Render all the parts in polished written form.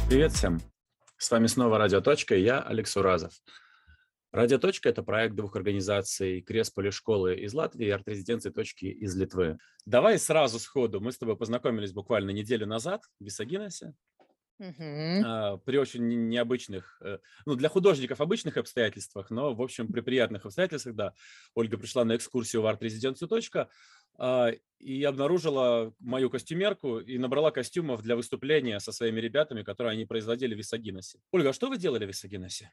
Привет всем! С вами снова «Радио Точка» и я, Алекс Уразов. «Радио Точка» — это проект двух организаций Кресполи школы из Латвии и арт-резиденции «Точки» из Литвы. Давай сразу сходу. Мы с тобой познакомились буквально неделю назад в Висагиносе Мгм. при очень необычных, для художников обычных обстоятельствах, но, в общем, при приятных обстоятельствах, да. Ольга пришла на экскурсию в арт-резиденцию «Точка» и обнаружила мою костюмерку и набрала костюмов для выступления со своими ребятами, которые они производили в Висагиносе. Ольга, а что вы делали в Висагиносе?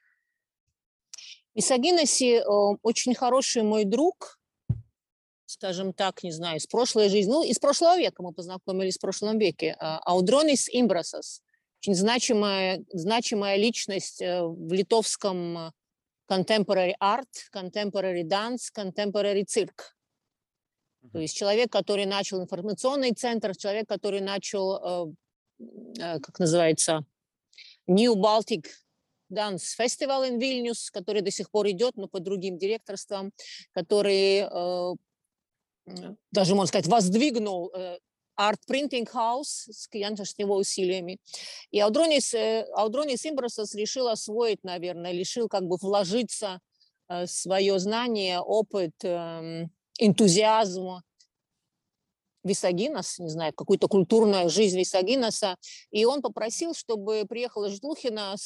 Висагиноси очень хороший мой друг, скажем так, не знаю, из прошлой жизни, из прошлого века мы познакомились в прошлом веке. Аудронис Имбрасас, очень значимая личность в литовском contemporary art, contemporary dance, contemporary цирк. То есть человек, который начал информационный центр, человек, который начал, как называется, New Baltic Dance Festival in Vilnius, который до сих пор идет, но под другим директорством, который даже, можно сказать, воздвигнул Art Printing House с его усилиями. И Аудронис Имбрасас решил освоить, наверное, решил как бы вложиться свое знание, опыт, энтузиазм Висагинос, не знаю, какую-то культурную жизнь Висагиноса, и он попросил, чтобы приехала Житлухина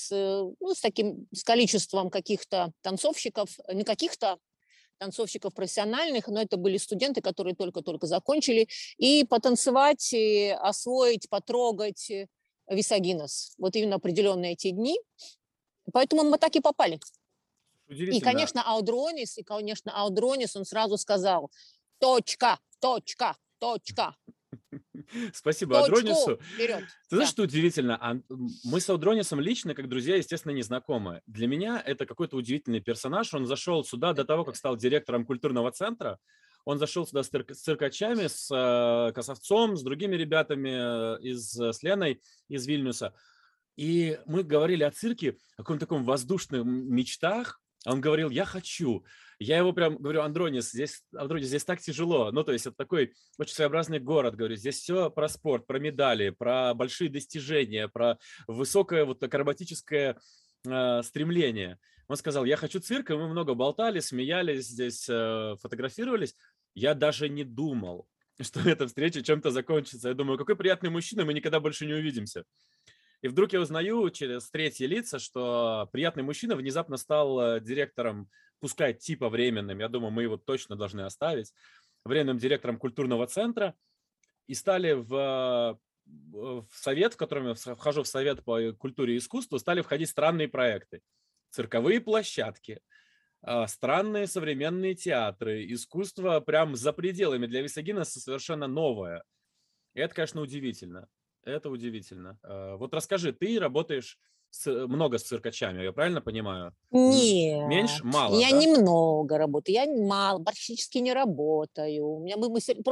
с количеством каких-то танцовщиков, не каких-то танцовщиков профессиональных, но это были студенты, которые только-только закончили, и потанцевать, и освоить, потрогать Висагинос. Вот именно определенные эти дни. Поэтому мы так и попали. И, Удивительно. конечно, Аудронис, он сразу сказал: точка, точка, точка. Спасибо Точку Адронису. вперед. Ты знаешь, Да. что удивительно? Мы с Адронисом лично, как друзья, естественно, не знакомы. Для меня это какой-то удивительный персонаж. Он зашел сюда до того, как стал директором культурного центра. Он зашел сюда с циркачами, с Косовцом, с другими ребятами, с Леной из Вильнюса. И мы говорили о цирке, о каком-то таком воздушных мечтах. А он говорил: я хочу. Я его прям говорю: Андронис, здесь так тяжело. Ну, то есть это такой очень своеобразный город, говорю. Здесь все про спорт, про медали, про большие достижения, про высокое вот акробатическое стремление. Он сказал: я хочу цирк, и мы много болтали, смеялись здесь, фотографировались. Я даже не думал, что эта встреча чем-то закончится. Я думаю, какой приятный мужчина, мы никогда больше не увидимся. И вдруг я узнаю через третьи лица, что приятный мужчина внезапно стал директором, пускай типа временным, я думаю, мы его точно должны оставить, временным директором культурного центра, и стали в совет, в котором я вхожу в совет по культуре и искусству, стали входить странные проекты. Цирковые площадки, странные современные театры, искусство прям за пределами для Висагиноса совершенно новое. И это, конечно, удивительно. Это удивительно. Вот расскажи, ты работаешь много с циркачами, я правильно понимаю? Нет, Меньше? Мало, я да? немного работаю, я мало, практически не работаю. У меня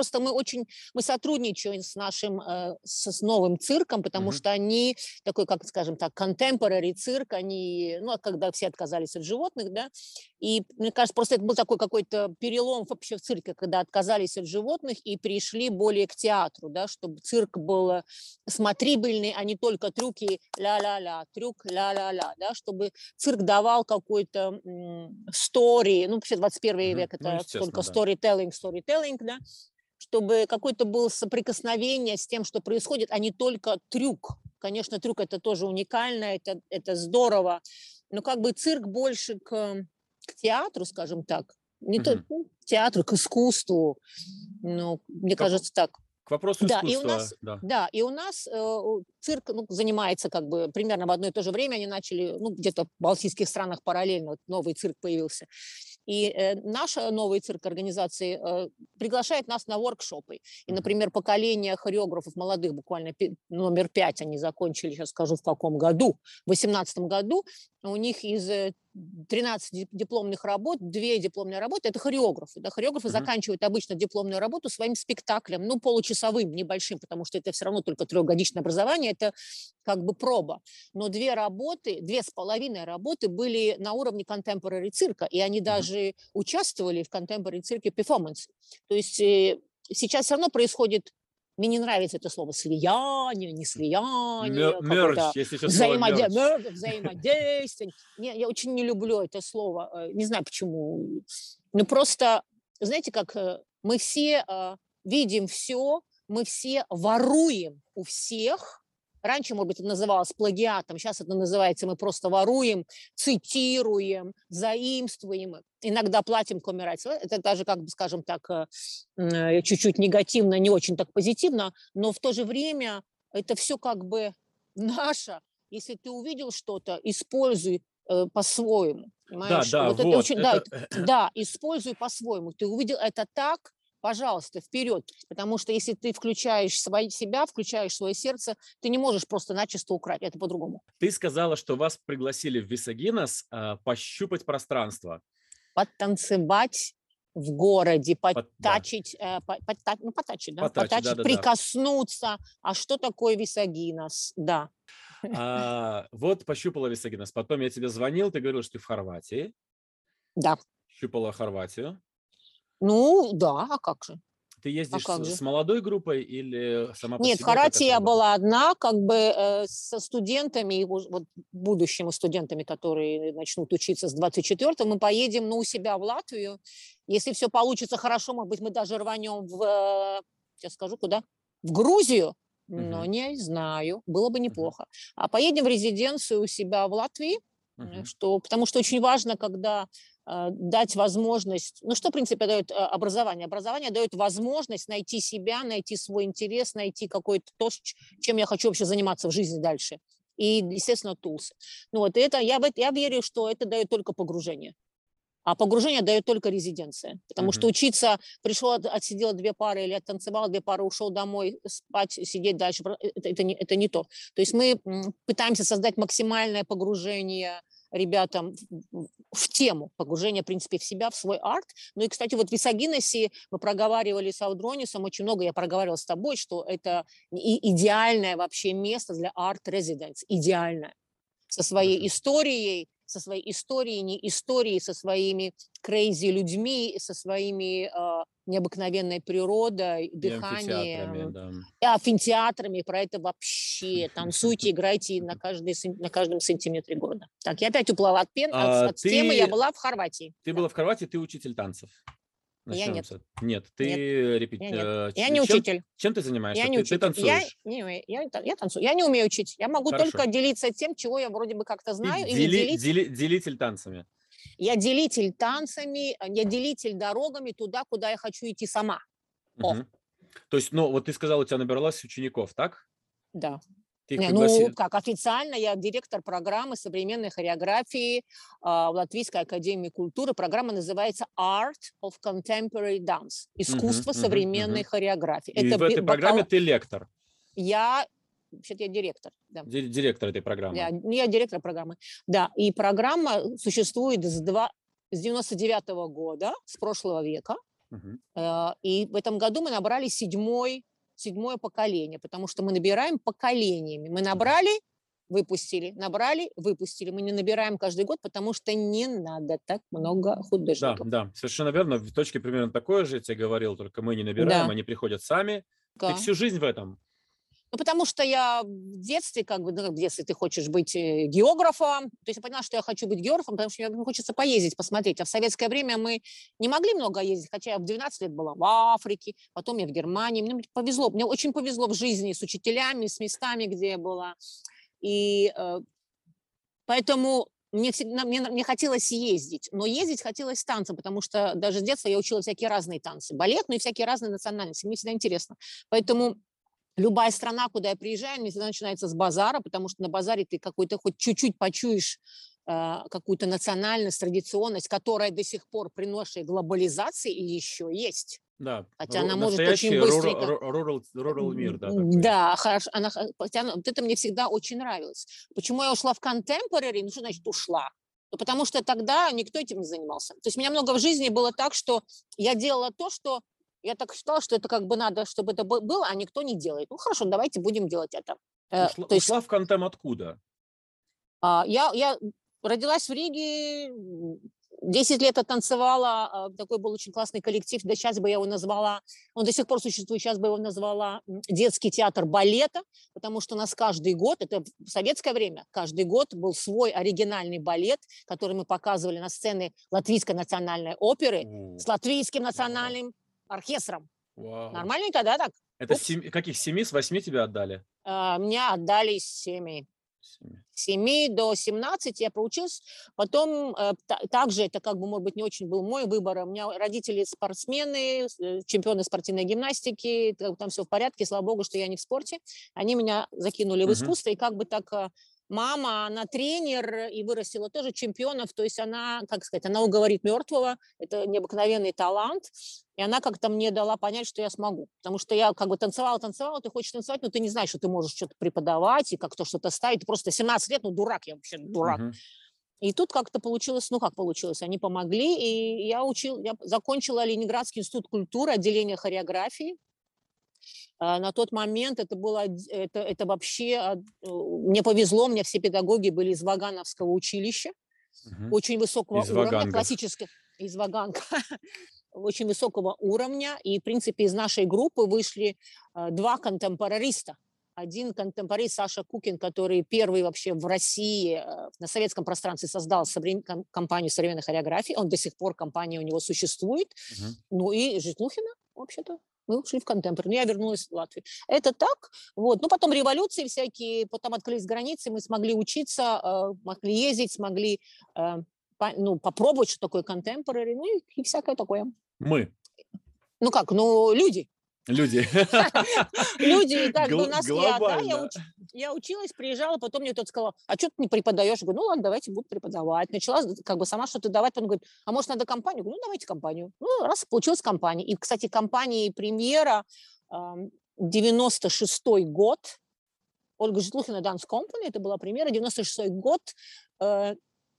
мы сотрудничаем с нашим с новым цирком, потому Мгм. что они такой, как скажем так, contemporary цирк, они, когда все отказались от животных, да, и мне кажется, просто это был такой какой-то перелом вообще в цирке, когда отказались от животных и перешли более к театру, да, чтобы цирк был смотрибельный, а не только трюки ля-ля-ля, трюк ля-ля-ля, да, чтобы цирк давал какой-то story, вообще 21 Мгм. век Ну, это естественно, столько да. storytelling, да, чтобы какое-то было соприкосновение с тем, что происходит, а не только трюк. Конечно, трюк это тоже уникально, это здорово, но как бы цирк больше к театру, скажем так, не то, Мгм. к театру, к искусству, мне К, воп- кажется так. к вопросу Да, искусства, да. и у нас цирк занимается как бы примерно в одно и то же время. Они начали, где-то в балтийских странах параллельно вот новый цирк появился. И наша новый цирк организации приглашает нас на воркшопы. И, Мгм. например, поколение хореографов молодых, буквально номер 5 они закончили, сейчас скажу в каком году, в 2018 году. У них из 13 дипломных работ, 2 дипломные работы – это хореографы. Да, хореографы Мгм. заканчивают обычно дипломную работу своим спектаклем, получасовым, небольшим, потому что это все равно только 3-годичное образование, это как бы проба. Но 2,5 работы были на уровне contemporary цирка, и они Мгм. даже участвовали в contemporary цирке performance. То есть сейчас все равно происходит Мне не нравится это слово слияние, не слияние, какое-то Мерч, есть еще слово мерч. взаимодействие. Я очень не люблю это слово. Не знаю почему. Ну просто, знаете, как мы все видим все, мы все воруем у всех. Раньше, может быть, это называлось плагиатом, сейчас это называется, мы просто воруем, цитируем, заимствуем, иногда платим коммерации. Это даже, как бы, скажем так, чуть-чуть негативно, не очень так позитивно, но в то же время это все как бы наше. Если ты увидел что-то, используй по-своему, Да, понимаешь? да, Вот это вот. очень, да, да, используй по-своему. Ты увидел это так, пожалуйста, вперед. Потому что если ты включаешь себя, включаешь свое сердце, ты не можешь просто начисто украть. Это по-другому. Ты сказала, что вас пригласили в Висагинос пощупать пространство. Подтанцевать в городе, Да. потачить, потачить, да? Потачить, да. Прикоснуться. А что такое Висагинос? Да. Вот пощупала Висагинос. Потом я тебе звонил, ты говорил, что ты в Хорватии. Да. Щупала Хорватию. Ну, да, а как же? Ты ездишь как же? с молодой группой или сама по Нет, себе? в Хорватии я была одна, как бы со студентами, вот будущими студентами, которые начнут учиться с 24-го, мы поедем, у себя в Латвию. Если все получится хорошо, может быть, мы даже рванем сейчас скажу, куда? В Грузию, но не знаю, было бы неплохо. А поедем в резиденцию у себя в Латвии, потому что очень важно, когда дать возможность, что, в принципе, дает образование? Образование дает возможность найти себя, найти свой интерес, найти какой-то то, чем я хочу вообще заниматься в жизни дальше. И, естественно, тулсы. Это, я верю, что это дает только погружение. А погружение дает только резиденция. Потому что учиться, пришел, отсидел 2 пары или оттанцевал 2 пары, ушел домой спать, сидеть дальше, это не то. То есть мы пытаемся создать максимальное погружение ребятам в тему, погружение, в принципе, в себя, в свой арт. Ну и, кстати, вот в Висагиносе мы проговаривали с Аудронисом, очень много я проговаривала с тобой, что это идеальное вообще место для арт-резиденс, идеальное. Со своей историей, не историей, со своими крейзи людьми, со своими необыкновенной природой, дыханием, амфитеатрами, про это вообще. Танцуйте, играйте на каждом сантиметре города. Так, я опять уплыла от темы, я была в Хорватии. Ты была в Хорватии, ты учитель танцев. Я нет. Нет, ты репетитор. Я не учитель. Чем ты занимаешься? Я не учитель. Ты танцуешь? Я танцую. Я не умею учить. Я могу только делиться тем, чего я вроде бы как-то знаю. Делитель танцами. Я делитель танцами, я делитель дорогами туда, куда я хочу идти сама. То есть, вот ты сказала, у тебя набралось учеников, так? Да. Ты как официально я директор программы современной хореографии в Латвийской академии культуры. Программа называется Art of Contemporary Dance. Искусство современной хореографии. И в этой программе ты лектор? Вообще-то я директор. Да. Директор этой программы? Я директор программы. Да, и программа существует с 99-го года, с прошлого века. И в этом году мы набрали седьмое поколение, потому что мы набираем поколениями. Мы набрали, выпустили, набрали, выпустили. Мы не набираем каждый год, потому что не надо так много художников. Да, совершенно верно. В точке примерно такое же, я тебе говорил, только мы не набираем, они приходят сами. Ты всю жизнь в этом. Потому что я в детстве, в детстве ты хочешь быть географом, то есть я поняла, что я хочу быть географом, потому что мне хочется поездить, посмотреть. А в советское время мы не могли много ездить, хотя я в 12 лет была в Африке, потом я в Германии. Мне повезло, мне очень повезло в жизни с учителями, с местами, где я была. И поэтому мне хотелось ездить, но ездить хотелось танцем, потому что даже с детства я учила всякие разные танцы, балет, но и всякие разные национальности. Мне всегда интересно. Поэтому любая страна, куда я приезжаю, мне всегда начинается с базара, потому что на базаре ты какой-то хоть чуть-чуть почуешь какую-то национальность, традиционность, которая до сих пор при нашей глобализации еще есть. Да, хотя она может очень быстренько... Rural мир, да. Да, хорошо. Вот это мне всегда очень нравилось. Почему я ушла в contemporary? Что значит ушла? Потому что тогда никто этим не занимался. То есть у меня много в жизни было так, что я делала то, что я так считала, что это как бы надо, чтобы это было, а никто не делает. Хорошо, давайте будем делать это. Ушла в контем откуда? Я родилась в Риге, 10 лет оттанцевала, такой был очень классный коллектив, да сейчас бы я его назвала, он до сих пор существует, сейчас бы его назвала детский театр балета, потому что у нас каждый год, это в советское время, каждый год был свой оригинальный балет, который мы показывали на сцене Латвийской национальной оперы с Латвийским Вау. национальным оркестром. Вау. Нормально тогда так? Это Упс. каких 7 с 8 тебя отдали? Меня отдали 7. 7 до 17 я проучилась. Потом также это как бы, может быть, не очень был мой выбор. У меня родители спортсмены, чемпионы спортивной гимнастики, там все в порядке, слава богу, что я не в спорте. Они меня закинули в искусство, и как бы так мама, она тренер и вырастила тоже чемпионов, то есть она, как сказать, она уговорит мертвого, это необыкновенный талант, и она как-то мне дала понять, что я смогу, потому что я как бы танцевала, ты хочешь танцевать, но ты не знаешь, что ты можешь что-то преподавать и как-то что-то ставить, ты просто 17 лет, ну дурак, я вообще дурак. И тут как-то получилось, ну как получилось, они помогли, и я закончила Ленинградский институт культуры, отделение хореографии. На тот момент это было, это вообще, мне повезло, у меня все педагоги были из Вагановского училища, очень высокого уровня, классических, из Ваганка, очень высокого уровня, и, в принципе, из нашей группы вышли 2 контемпорариста. Один контемпорарист Саша Кукин, который первый вообще в России на советском пространстве создал компанию современной хореографии, он до сих пор, компания у него существует, ну и Житлухина, вообще-то. Мы ушли в контемпор. Я вернулась в Латвию. Это так. Вот. Ну, потом революции всякие, потом открылись границы, мы смогли учиться, могли ездить, смогли попробовать, что такое контемпорари, ну и всякое такое. Мы. Ну как, ну люди. Люди. Люди, как бы у нас глобально. Я училась, приезжала, потом мне кто-то сказал, а что ты не преподаешь? Я говорю, ну ладно, давайте буду преподавать. Начала как бы сама что-то давать, потом говорит, а может надо компанию? Я говорю, ну давайте компанию. Ну раз, получилась компания. И, кстати, компании премьера 96-й год, Ольга Житлухина Dance Company, это была премьера, 96-й год в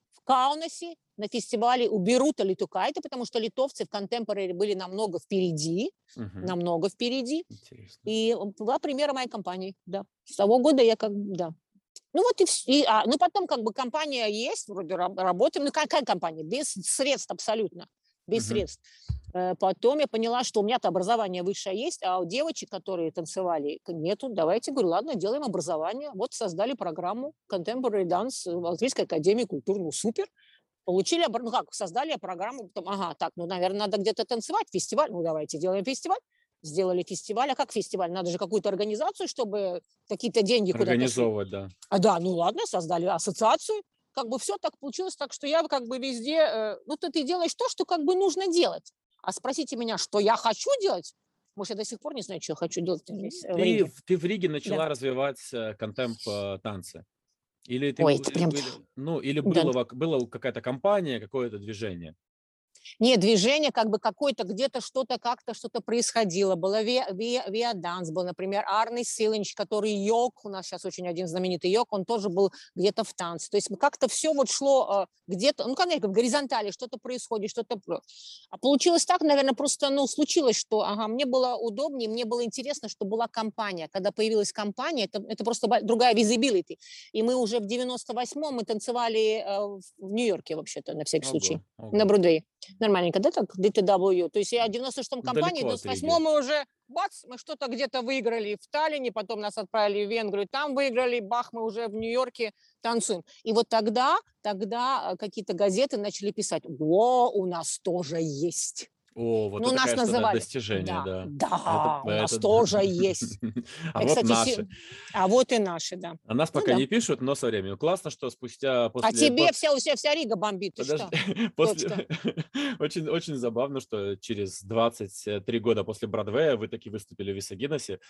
Каунасе на фестивале у Бирута Литукайта, потому что литовцы в контемпорари были намного впереди, намного впереди. Интересно. И была премьера моей компании, да. С того года я как бы, да. Ну вот ну потом как бы компания есть, вроде работаем. Ну какая компания? Без средств абсолютно, без средств. Потом я поняла, что у меня-то образование высшее есть, а у девочек, которые танцевали, нету. Давайте, говорю, ладно, делаем образование. Вот создали программу Contemporary Dance в Латвийской академии культуры. Ну супер. Получили, ну как, создали программу, потом, ага, так, ну, наверное, надо где-то танцевать, фестиваль, ну, давайте делаем фестиваль. Сделали фестиваль, а как фестиваль? Надо же какую-то организацию, чтобы какие-то деньги куда-то... Организовывать, да. Да, ну ладно, создали ассоциацию, как бы все так получилось, так что я как бы везде, ну, ты делаешь то, что как бы нужно делать. А спросите меня, что я хочу делать? Может, я до сих пор не знаю, что я хочу делать здесь, в Риге. Ты в Риге начала развивать контемп-танцы? Или ты, Ой, это прям... ну, или была какая-то компания, какое-то движение? Нет, движение как бы какое-то, где-то что-то, как-то что-то происходило. Было Via Dance, был, например, Арни Силинч, который йог, у нас сейчас очень один знаменитый йог, он тоже был где-то в танце. То есть как-то все вот шло где-то, ну, конечно, в горизонтали что-то происходит, что-то... А получилось так, наверное, просто, ну, случилось, что, мне было удобнее, мне было интересно, что была компания. Когда появилась компания, это просто другая visibility. И мы уже в 98-м мы танцевали в Нью-Йорке, вообще-то, на всякий случай, на Бродвее. Нормальненько, да, так, DTW. То есть я в 96-м компании, в 98-м мы уже, бац, мы что-то где-то выиграли в Таллине, потом нас отправили в Венгрию, там выиграли, бах, мы уже в Нью-Йорке танцуем. И вот тогда какие-то газеты начали писать, о, у нас тоже есть. О, вот это, нас конечно, называли. Достижение, да. Да, у нас тоже есть. А вот наши. А вот и наши, да. А нас пока не пишут, но со временем. Классно, что спустя... А тебе вся Рига бомбит, ты что? Очень, очень забавно, что через 23 года после Бродвея вы таки выступили в Висагиносе,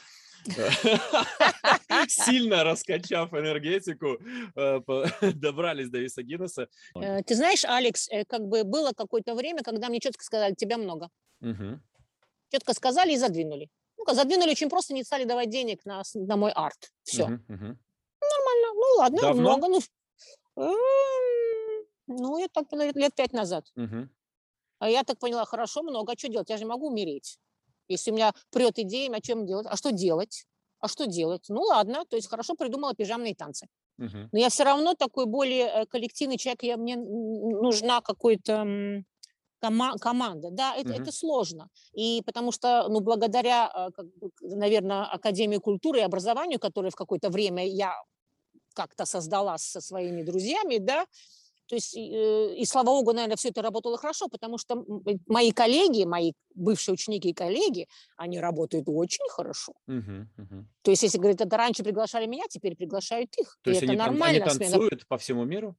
сильно раскачав энергетику, добрались до Висагиноса. Ты знаешь, Алекс, как бы было какое-то время, когда мне четко сказали, тебя много. Четко сказали и задвинули. Ну-ка, задвинули очень просто, не стали давать денег на мой арт. Все. Нормально. Ну ладно, давно? Много. Ну, я так поняла, лет 5 назад. А я так поняла, хорошо, много. А что делать? Я же не могу умереть. Если у меня прет идеями, о чем делать? А что делать? Ну ладно, то есть хорошо придумала пижамные танцы. Мгм. Но я все равно такой более коллективный человек, мне нужна какой-то команда. Да, это Мгм. сложно. И потому что, ну, благодаря, как бы, наверное, Академии культуры и образованию, которую в какое-то время я как-то создала со своими друзьями, да, то есть, и слава богу, наверное, все это работало хорошо, потому что мои коллеги, мои бывшие ученики и коллеги, они работают очень хорошо. Мгм. Мгм. То есть, если, говорит, это раньше приглашали меня, теперь приглашают их. То И есть это они нормально. танцуют по всему миру?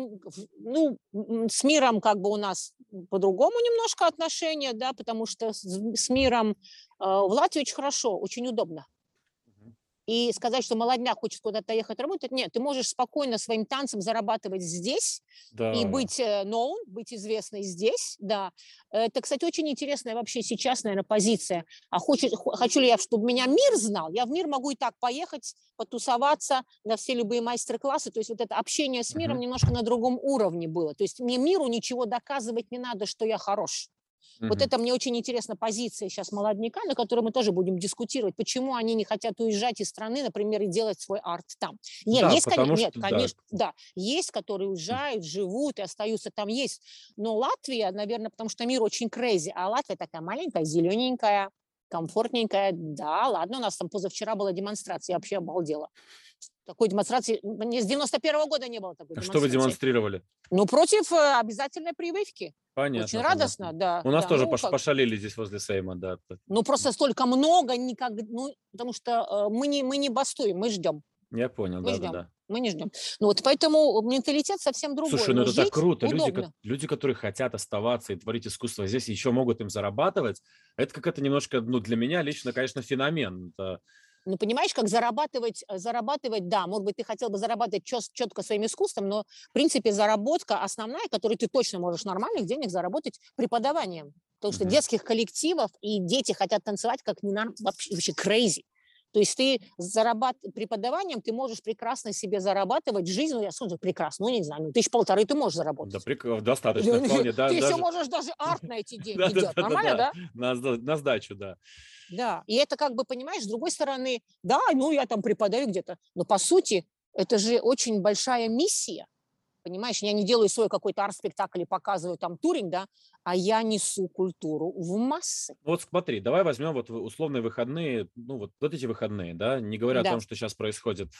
Ну, с миром как бы у нас по-другому немножко отношения, да, потому что с миром в Латвии очень хорошо, очень удобно. Мгм. И сказать, что молодняк хочет куда-то ехать работать, нет, ты можешь спокойно своим танцем зарабатывать здесь и Да. быть known, быть известной здесь, да. Это, кстати, очень интересная вообще сейчас, наверное, позиция. Хочу ли я, чтобы меня мир знал? Я в мир могу и так поехать, потусоваться на все любые мастер-классы. То есть вот это общение с миром Мгм. немножко на другом уровне было. То есть мне миру ничего доказывать не надо, что я хорош. Вот Мгм. это мне очень интересна позиция сейчас молодняка, на которой мы тоже будем дискутировать, почему они не хотят уезжать из страны, например, и делать свой арт там. Нет, Да, есть, потому нет, что да. конечно, да, есть, которые уезжают, живут и остаются там, есть. Но Латвия, наверное, потому что мир очень crazy, а Латвия такая маленькая, зелененькая, комфортненькая. Да, ладно, у нас там позавчера была демонстрация, я вообще обалдела. Такой демонстрации, с 91-го года не было такой А что вы демонстрации. демонстрировали? Ну, против обязательной прививки. Очень Понятно, радостно, понятно. да, У нас да. тоже Ну, как, пошалили здесь возле Сейма, да. ну, просто столько много никак, ну, потому что мы не бастуем, мы ждем, Я понял, мы ждем, да-да-да. мы не ждем. Ну, вот поэтому менталитет совсем другой, Слушай, ну но это так жить круто. удобно. Люди, которые хотят оставаться и творить искусство здесь, еще могут им зарабатывать. Это как-то немножко, ну, для меня лично, конечно, феномен. Ну, понимаешь, как зарабатывать, да, может быть, ты хотел бы зарабатывать четко своим искусством, но, в принципе, заработка основная, которую ты точно можешь нормальных денег заработать преподаванием. Потому что Мгм. детских коллективов и дети хотят танцевать как вообще crazy. То есть ты преподаванием ты можешь прекрасно себе зарабатывать жизнь, ну, я скажу, прекрасно, ну, не знаю, ну, 1,5 ты можешь Да, заработать. достаточно вполне, да, Ты еще даже можешь даже арт на эти деньги делать. Нормально, да-да-да-да-да, да? на сдачу, да. Да, и это как бы, понимаешь, с другой стороны, да, ну я там преподаю где-то, но по сути это же очень большая миссия, понимаешь, я не делаю свой какой-то арт-спектакль и показываю там туринг, да, а я несу культуру в массы. Вот смотри, давай возьмем вот условные выходные, ну вот эти выходные, да, не говоря о Да, том, что сейчас происходит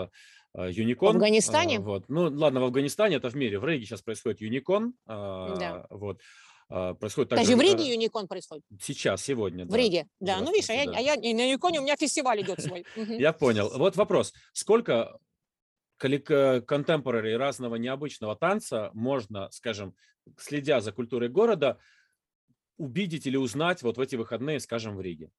в Юникон, Афганистане, вот, ну ладно, в Афганистане, это в мире, в Риге сейчас происходит Юникон, да. вот, происходит также Даже в Риге Юникон происходит, сейчас, сегодня, в да, Риге, в да, ну видишь, Ростове, да. и на Юниконе у меня фестиваль идет свой. Мгм. Я понял. Вот вопрос, сколько контемпорари разного необычного танца можно, скажем, следя за культурой города, увидеть или узнать вот в эти выходные, скажем, в Риге?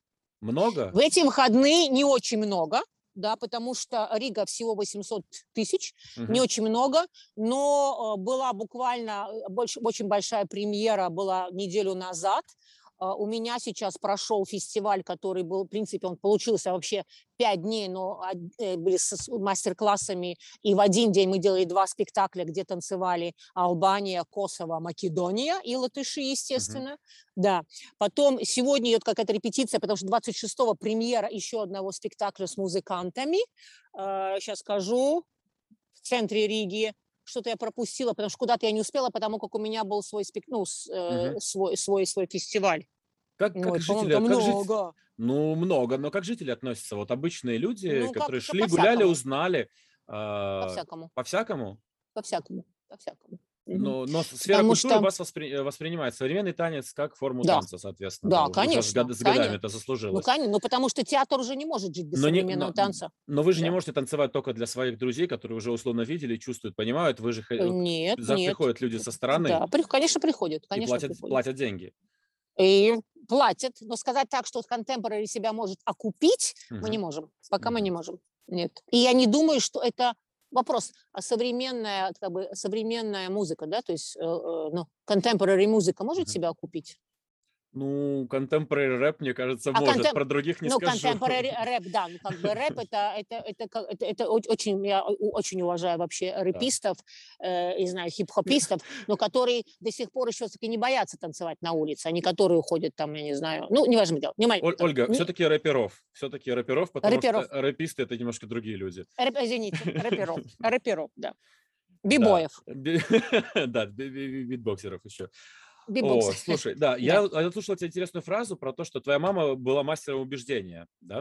В Много? эти выходные не очень много, да, потому что Рига всего 800 тысяч, не Мгм. очень много, но была буквально очень большая премьера была неделю назад. У меня сейчас прошел фестиваль, который был, в принципе, он получился вообще 5 дней, но были с мастер-классами, и в один день мы делали 2 спектакля, где танцевали Албания, Косово, Македония и латыши, Мгм. естественно, да. Потом сегодня идет какая-то репетиция, потому что 26-го премьера еще одного спектакля с музыкантами. Сейчас скажу. В центре Риги. Что-то я пропустила, потому что куда-то я не успела, потому как у меня был Мгм. свой фестиваль. Ну, Как это, по-моему, жители, там много. ну, много, но как жители относятся? Вот обычные люди, Ну, которые как шли, гуляли, по-всякому, узнали, по-всякому, по-всякому? по-всякому, по-всякому. Мгм. Но сфера Потому культуры что, вас воспринимает современный танец как форму да, танца, соответственно, да, да, уже конечно, с годами конечно. это Ну, заслужилось. конечно, ну, потому что театр уже не может жить без Но, не, современного танца. но вы же не Да. можете танцевать только для своих друзей, которые уже условно видели, чувствуют, понимают. Вы же Нет, нет. приходят люди со стороны Да, конечно, приходит, и конечно, приходит. платят деньги. И платят, но сказать так, что contemporary себя может окупить, мы не Мгм. можем. Пока мы не Мгм. можем. Нет. И я не думаю, что это вопрос, а современная, как бы, современная музыка, да, то есть, ну, contemporary музыка может Мгм. себя окупить? Ну, contemporary рэп, мне кажется, может. Про других не Ну, скажу. contemporary рэп, да, ну, как бы рэп это очень, я очень уважаю вообще Да. рэпистов, и знаю, хип-хопистов, но которые до сих пор еще таки не боятся танцевать на улице, они которые уходят там, я не знаю, ну, неважно дело, Ольга, все-таки рэперов, потому что рэперов, рэписты — это немножко другие люди. извините, рэперов, да, Да, бибоев, да, битбоксеров еще. бибокс, О, слушай, да, да. я слушал тебе интересную фразу про то, что твоя мама была мастером убеждения, да?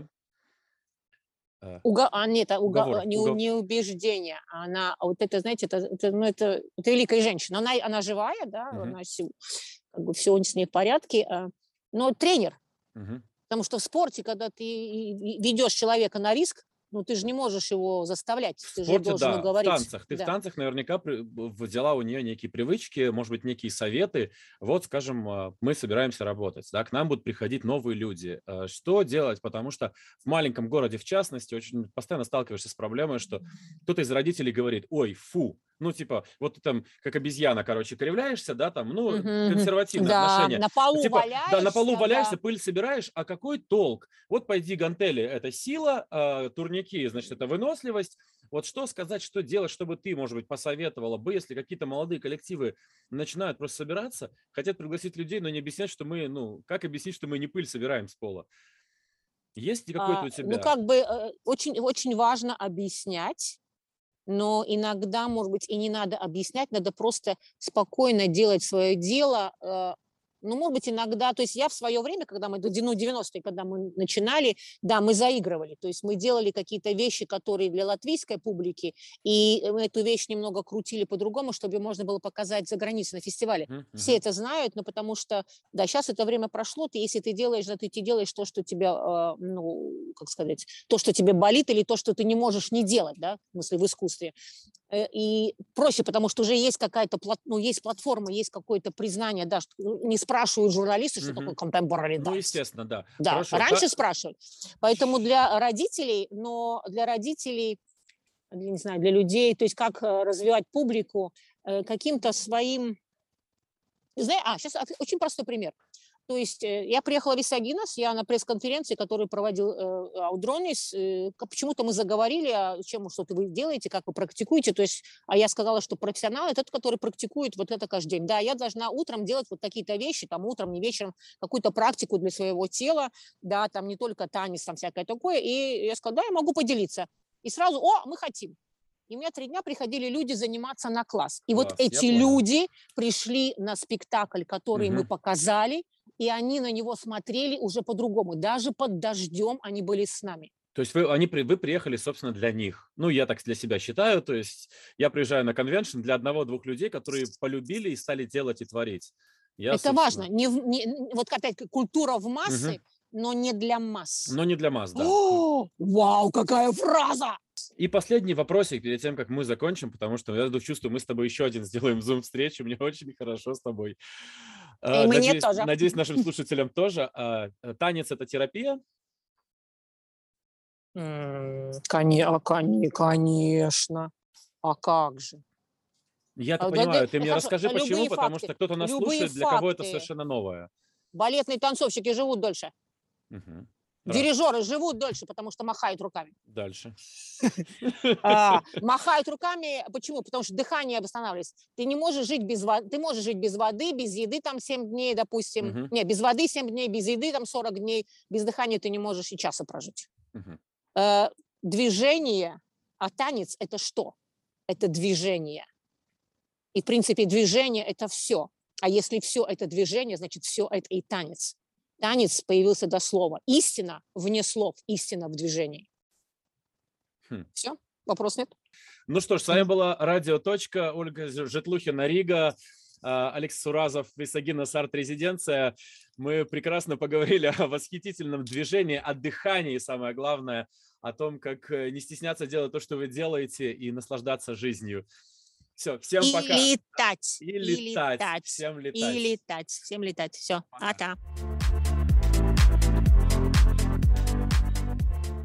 Нет, Уговор. не убеждение, вот это, знаете, это великая женщина, она живая, да, Мгм. как бы все с ней в порядке, но тренер, Мгм. потому что в спорте, когда ты ведешь человека на риск, ну ты же не можешь его заставлять, В ты же спорте, должен да, в уговорить, танцах. Ты в да. танцах наверняка взяла у нее некие привычки, может быть, некие советы. Вот, скажем, мы собираемся работать, да, к нам будут приходить новые люди. Что делать? Потому что в маленьком городе, в частности, очень постоянно сталкиваешься с проблемой, что кто-то из родителей говорит: ой, фу, ну, типа, вот ты там, как обезьяна, короче, кривляешься, да, там, ну, Мгм. консервативное Да, отношение. на полу Типа, да, на полу валяешься, валяешься, да. пыль собираешь, а какой толк? Вот пойди, гантели — это сила, турники — значит, это выносливость. Вот что сказать, что делать, чтобы ты, может быть, посоветовала бы, если какие-то молодые коллективы начинают просто собираться, хотят пригласить людей, но не объяснять, что мы, ну, как объяснить, что мы не пыль собираем с пола? Есть ли какой-то у Ну, тебя? как бы очень, очень важно объяснять, но иногда, может быть, и не надо объяснять, надо просто спокойно делать свое дело. Ну, может быть, иногда, то есть я в свое время, когда мы, 90-е, когда мы начинали, да, мы заигрывали, то есть мы делали какие-то вещи, которые для латвийской публики, и мы эту вещь немного крутили по-другому, чтобы можно было показать за границей на фестивале. Мгм, Все мгм. это знают, но потому что, да, сейчас это время прошло, если ты делаешь, да, ты делаешь то, что тебя, ну, как сказать, то, что тебе болит, или то, что ты не можешь не делать, да, в смысле в искусстве. И проще, потому что уже есть какая-то, ну, есть платформа, есть какое-то признание, да, что не спрашивают журналисты, что такое Мгм. contemporary Ну, dance. естественно, да. Да, Хорошо. раньше спрашивали. Поэтому для родителей, не знаю, для людей, то есть как развивать публику каким-то своим... сейчас очень простой пример. То есть я приехала в Висагинос, я на пресс-конференции, которую проводил Аудронис, почему-то мы заговорили, что-то вы делаете, как вы практикуете. То есть, а я сказала, что профессионал – это тот, который практикует вот это каждый день. Да, я должна утром делать вот какие-то вещи, там утром, не вечером, какую-то практику для своего тела, да, там не только танец, там всякое такое. И я сказала, да, я могу поделиться. И сразу, мы хотим. И у меня 3 дня приходили люди заниматься на класс. И вот Класс, я эти понял. люди пришли на спектакль, который мы Мгм. показали, и они на него смотрели уже по-другому. Даже под дождем они были с нами. То есть вы приехали, собственно, для них. Ну, я так для себя считаю. То есть я приезжаю на конвеншн для 1-2 людей, которые полюбили и стали делать и творить. Я, Это важно. собственно... Вот опять культура в Мгм. массы, но не для масс. Но не для масс, да. Вау, какая фраза! И последний вопросик перед тем, как мы закончим, потому что я чувствую, мы с тобой еще один сделаем зум-встречу. Мне очень хорошо с тобой. И мне тоже. Надеюсь, нашим слушателям тоже. Танец — это терапия? Конечно. А как же? Я-то понимаю. Ты мне Хорошо, расскажи, почему. любые Потому факты. что кто-то нас Любые слушает, для кого это факты. совершенно новое. Балетные танцовщики живут дольше. Мгм. Раз. Дирижеры живут дольше, потому что махают руками. Дальше. Махают руками. Почему? Потому что дыхание восстанавливается. Ты не можешь жить без воды. Ты можешь жить без воды, без еды там 7 дней, допустим. Мгм. Не, без воды 7 дней, без еды там 40 дней. Без дыхания ты не можешь и часа прожить. Мгм. Движение, а танец – это что? Это движение. И, в принципе, движение – это все. А если все это движение, значит, все это и танец. Танец появился до слова. Истина вне слов, истина в движении. Все? Вопрос нет? Ну что ж, с вами была Радио Точка, Ольга Житлухина, Рига, Алекс Суразов, Висагинос арт-резиденция. Мы прекрасно поговорили о восхитительном движении, о дыхании, самое главное, о том, как не стесняться делать то, что вы делаете, и наслаждаться жизнью. Все, всем пока. И летать. И летать. Всем летать. И летать. Всем летать. Все. Пока. Ата.